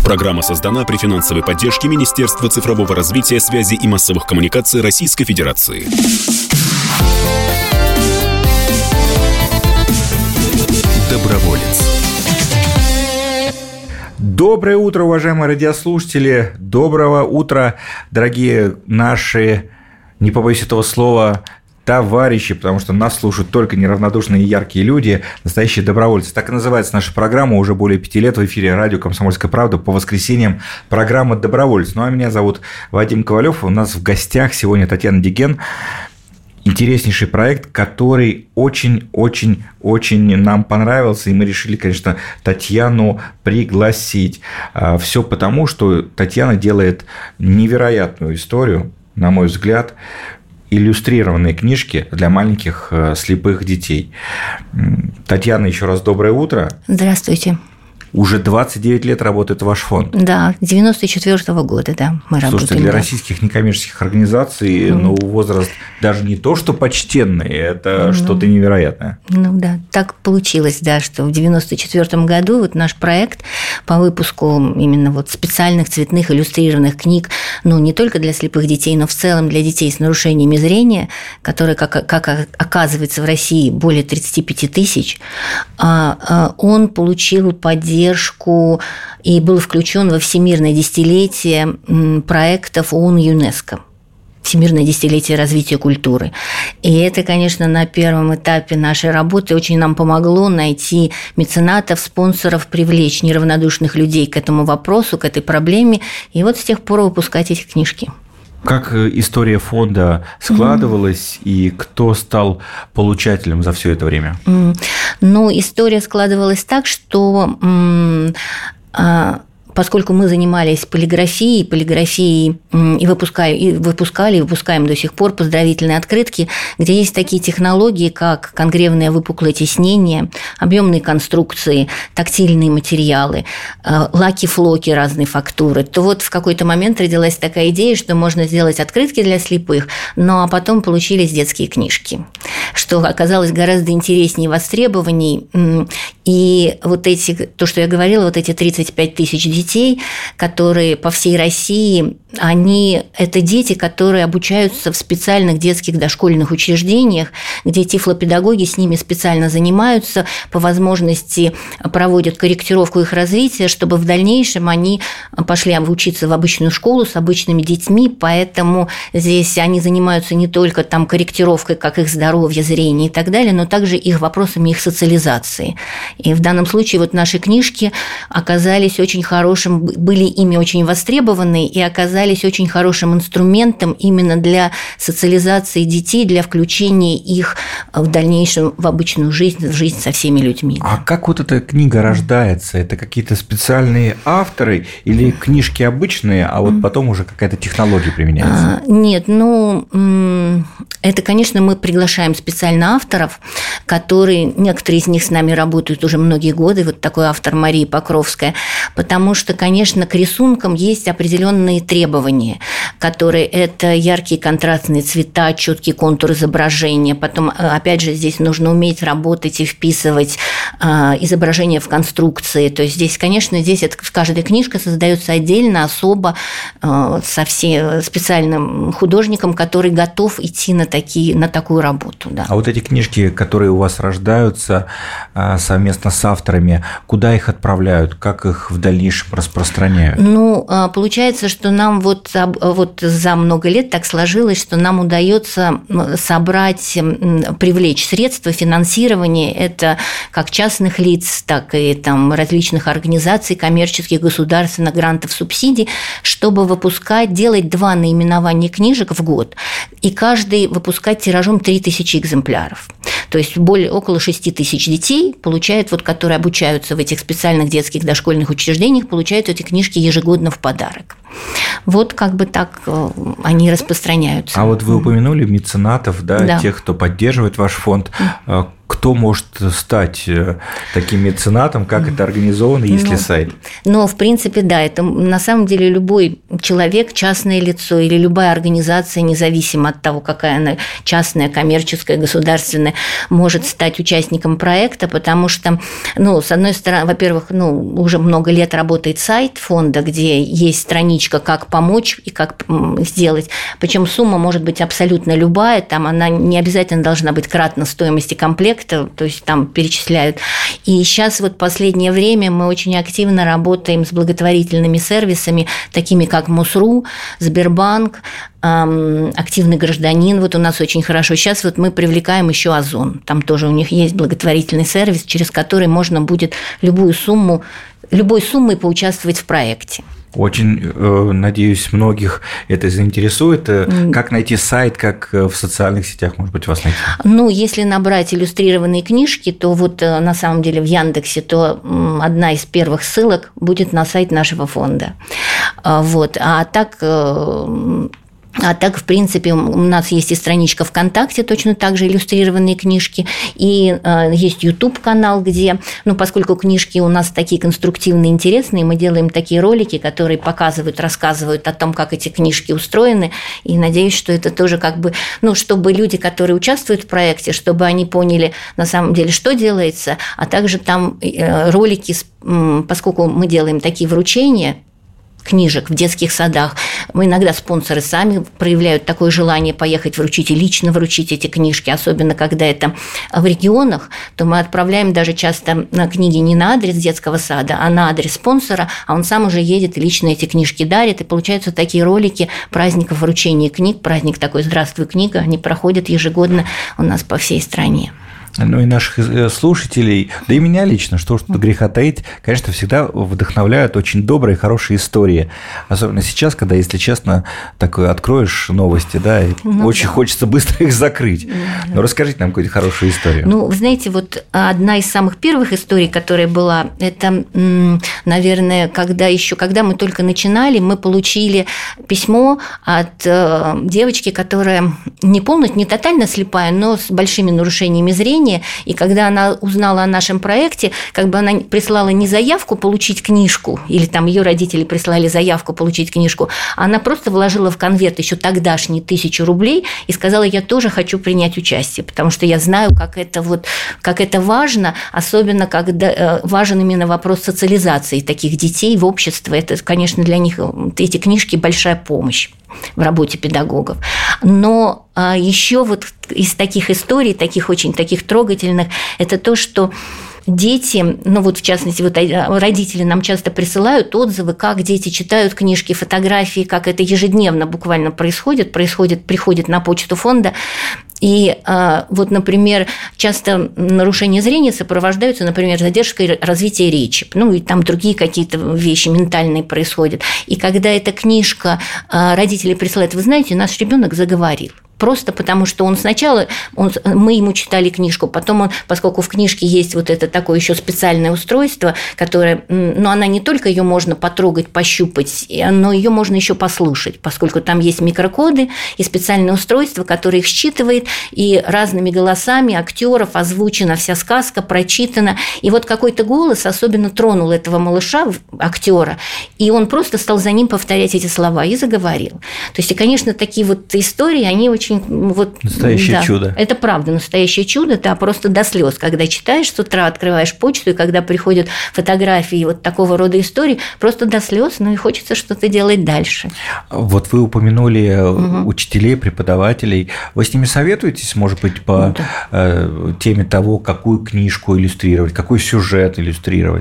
Программа создана при финансовой поддержке Министерства цифрового развития, связи и массовых коммуникаций Российской Федерации. Доброволец. Доброе утро, уважаемые радиослушатели. Доброго утра, дорогие наши, не побоюсь этого слова, товарищи, потому что нас слушают только неравнодушные и яркие люди, настоящие добровольцы. Так и называется наша программа уже более 5 лет в эфире радио «Комсомольская правда» по воскресеньям, программа «Добровольцы». Ну, а меня зовут Вадим Ковалев. У нас в гостях сегодня Татьяна Диген. Интереснейший проект, который очень-очень-очень нам понравился, и мы решили, конечно, Татьяну пригласить. Все потому, что Татьяна делает невероятную историю, на мой взгляд, иллюстрированные книжки для маленьких слепых детей. Татьяна, еще раз доброе утро. Здравствуйте. Уже 29 лет работает ваш фонд. Да, с 94-го года, да, мы работаем. Слушайте, для российских некоммерческих организаций возраст даже не то, что почтенный, это что-то невероятное. Ну да, так получилось, да, что в 94-м году вот наш проект по выпуску именно вот специальных цветных иллюстрированных книг, ну не только для слепых детей, но в целом для детей с нарушениями зрения, которые, как оказывается, в России более 35 тысяч, он получил поддержку и был включен во всемирное десятилетие проектов ООН и ЮНЕСКО. Всемирное десятилетие развития культуры. И это, конечно, на первом этапе нашей работы очень нам помогло найти меценатов, спонсоров, привлечь неравнодушных людей к этому вопросу, к этой проблеме, и вот с тех пор выпускать эти книжки. Как история фонда складывалась, и кто стал получателем за все это время? Ну, история складывалась так, что поскольку мы занимались полиграфией и выпускаем до сих пор поздравительные открытки, где есть такие технологии, как конгревное выпуклое тиснение, объемные конструкции, тактильные материалы, лаки-флоки разной фактуры, то вот в какой-то момент родилась такая идея, что можно сделать открытки для слепых, ну а потом получились детские книжки, что оказалось гораздо интереснее и востребованней. И вот то, что я говорила, вот эти 35 тысяч детей, которые по всей России, это дети, которые обучаются в специальных детских дошкольных учреждениях, где тифлопедагоги с ними специально занимаются, по возможности проводят корректировку их развития, чтобы в дальнейшем они пошли учиться в обычную школу с обычными детьми, поэтому здесь они занимаются не только там корректировкой, как их здоровье, зрение и так далее, но также их вопросами их социализации. И в данном случае вот наши книжки оказались очень хорошим, были ими очень востребованы и оказались очень хорошим инструментом именно для социализации детей, для включения их в дальнейшем в обычную жизнь, в жизнь со всеми людьми. А как вот эта книга рождается? Это какие-то специальные авторы или книжки обычные, а вот потом уже какая-то технология применяется? Нет, это, конечно, мы приглашаем специально авторов, некоторые из них с нами работают уже многие годы, вот такой автор Мария Покровская, потому что, конечно, к рисункам есть определенные требования, которые это яркие контрастные цвета, четкий контур изображения, потом, опять же, здесь нужно уметь работать и вписывать изображение в конструкции, то есть здесь, конечно, каждая книжка создается отдельно, особо, со специальным художником, который готов идти на такую работу. Да. А вот эти книжки, которые у вас рождаются совместно с авторами, куда их отправляют, как их в дальнейшем распространяют? Ну, получается, что нам вот за много лет так сложилось, что нам удается привлечь средства финансирования, это как частных лиц, так и там различных организаций, коммерческих, государственных, грантов, субсидий, чтобы делать 2 наименования книжек в год, и каждый выпускать тиражом 3000 экземпляров. То есть около 6 тысяч детей которые обучаются в этих специальных детских дошкольных учреждениях, получают эти книжки ежегодно в подарок. Вот как бы так они распространяются. А вот вы упомянули меценатов, да, тех, кто поддерживает ваш фонд. кто может стать таким меценатом, как это организовано, есть ли сайт? Но, в принципе, да, это на самом деле любой человек, частное лицо или любая организация, независимо от того, какая она частная, коммерческая, государственная, может стать участником проекта, потому что, с одной стороны, во-первых, уже много лет работает сайт фонда, где есть страничка, как помочь и как сделать, причем сумма может быть абсолютно любая, там она не обязательно должна быть кратна стоимости комплекта, то есть там перечисляют. И сейчас вот последнее время мы очень активно работаем с благотворительными сервисами, такими как МОСРУ, Сбербанк, Активный гражданин, вот у нас очень хорошо. Сейчас вот мы привлекаем еще Озон, там тоже у них есть благотворительный сервис, через который можно будет любой суммой поучаствовать в проекте. Очень надеюсь, многих это заинтересует. Как найти сайт, как в социальных сетях, может быть, вас найти? Если набрать иллюстрированные книжки, то вот на самом деле в Яндексе, то одна из первых ссылок будет на сайт нашего фонда. Вот. А так, в принципе, у нас есть и страничка ВКонтакте, точно так же иллюстрированные книжки, и есть YouTube-канал, где, поскольку книжки у нас такие конструктивные, интересные, мы делаем такие ролики, которые показывают, рассказывают о том, как эти книжки устроены, и надеюсь, что это тоже чтобы люди, которые участвуют в проекте, чтобы они поняли, на самом деле, что делается, а также там ролики, поскольку мы делаем такие вручения книжек в детских садах. Иногда спонсоры сами проявляют такое желание поехать вручить и лично вручить эти книжки, особенно когда это в регионах, то мы отправляем даже часто книги не на адрес детского сада, а на адрес спонсора, а он сам уже едет и лично эти книжки дарит, и получаются такие ролики праздников вручения книг, праздник такой «Здравствуй, книга», они проходят ежегодно у нас по всей стране. И наших слушателей, да и меня лично, что греха таить, конечно, всегда вдохновляют очень добрые, хорошие истории. Особенно сейчас, когда, если честно, такое откроешь новости, да, и очень хочется быстро их закрыть. Но расскажите нам какую-то хорошую историю. Вы знаете, вот одна из самых первых историй, которая была, это, наверное, когда мы только начинали, мы получили письмо от девочки, которая не тотально слепая, но с большими нарушениями зрения. И когда она узнала о нашем проекте, она прислала не заявку получить книжку, или там ее родители прислали заявку получить книжку, она просто вложила в конверт еще тогдашние 1000 рублей и сказала: я тоже хочу принять участие, потому что я знаю, как это важно, особенно когда важен именно вопрос социализации таких детей в общество. Это, конечно, для них эти книжки большая помощь в работе педагогов. Но еще вот из таких историй, таких трогательных, это то, что дети, в частности, родители нам часто присылают отзывы, как дети читают книжки, фотографии, как это ежедневно буквально приходит на почту фонда. И например, часто нарушения зрения сопровождаются, например, задержкой развития речи, и там другие какие-то вещи ментальные происходят. И когда эта книжка родители присылают: вы знаете, наш ребенок заговорил. Просто потому, что мы ему читали книжку, потом поскольку в книжке есть вот это такое еще специальное устройство, которое, она не только ее можно потрогать, пощупать, но ее можно еще послушать, поскольку там есть микрокоды и специальное устройство, которое их считывает, и разными голосами актеров озвучена вся сказка, прочитана. И вот какой-то голос особенно тронул этого малыша, актера, и он просто стал за ним повторять эти слова и заговорил. То есть, и, конечно, такие вот истории, они очень настоящее чудо. Это правда, настоящее чудо, да, просто до слез, когда читаешь с утра, открываешь почту, и когда приходят фотографии вот такого рода историй, просто до слез, и хочется что-то делать дальше. Вот вы упомянули учителей, преподавателей. Вы с ними советуетесь, может быть, по теме того, какую книжку иллюстрировать, какой сюжет иллюстрировать?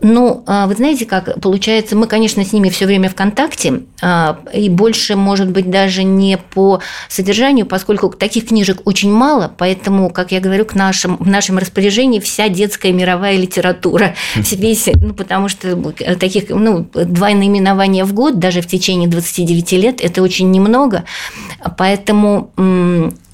Вы знаете, как получается, мы, конечно, с ними все время в контакте, и больше, может быть, даже не по содержанию, поскольку таких книжек очень мало, поэтому, как я говорю, в нашем распоряжении вся детская мировая литература, потому что таких 2 наименования в год, даже в течение 29 лет, это очень немного, поэтому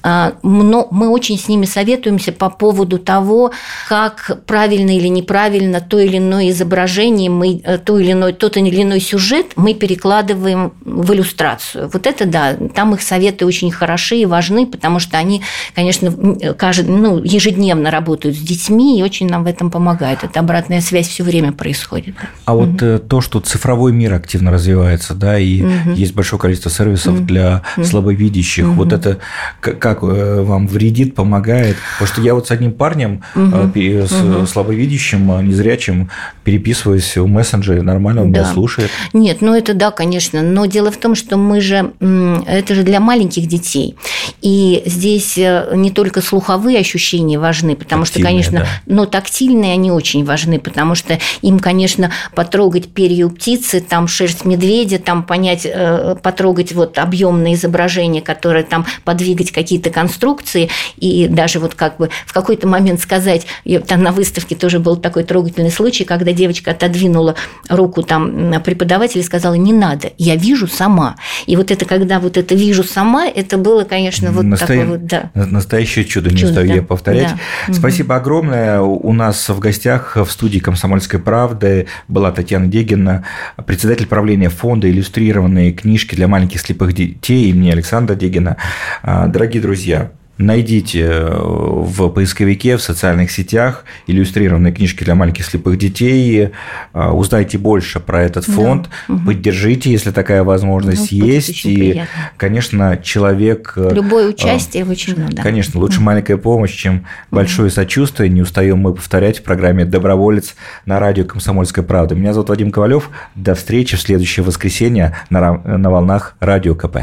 но мы очень с ними советуемся по поводу того, как правильно или неправильно то или иное изображение, тот или иной сюжет мы перекладываем в иллюстрацию. Вот это да, там их советы очень хороши и важны, потому что они, конечно, ежедневно работают с детьми и очень нам в этом помогают. Эта обратная связь все время происходит. А вот то, что цифровой мир активно развивается, да, и есть большое количество сервисов для слабовидящих, вот это как вам вредит, помогает? Потому что я вот с одним парнем, слабовидящим, незрячим, переписываюсь в мессенджере, нормально он меня слушает. Нет, это да, конечно, но дело в том, что это же для маленьких детей, и здесь не только слуховые ощущения важны, потому что, конечно, но тактильные они очень важны, потому что им, конечно, потрогать перья у птицы, там шерсть медведя, там потрогать вот объемное изображение, которое там подвигать какие-то конструкции, и даже вот как бы в какой-то момент сказать, там на выставке тоже был такой трогательный случай, когда девочка отодвинула руку там преподавателя и сказала: не надо, я вижу сама. И вот это, когда вот это вижу сама, это было, конечно, вот такое вот, да. Настоящее чудо, не устаю я повторять. Да. Спасибо огромное. У нас в гостях в студии «Комсомольской правды» была Татьяна Дегина, председатель правления фонда «Иллюстрированные книжки для маленьких слепых детей» имени Александра Дегина. Дорогие друзья, найдите в поисковике, в социальных сетях иллюстрированные книжки для маленьких слепых детей, узнайте больше про этот фонд, поддержите, если такая возможность есть. И, приятно. Конечно, человек... Любое участие очень надо. Конечно, лучше маленькая помощь, чем большое сочувствие. Не устаем мы повторять в программе «Доброволец» на радио «Комсомольская правда». Меня зовут Вадим Ковалев. До встречи в следующее воскресенье на волнах Радио КП.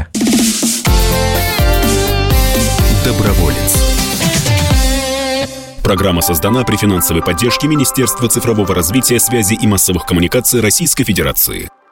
Доброволец. Программа создана при финансовой поддержке Министерства цифрового развития, связи и массовых коммуникаций Российской Федерации.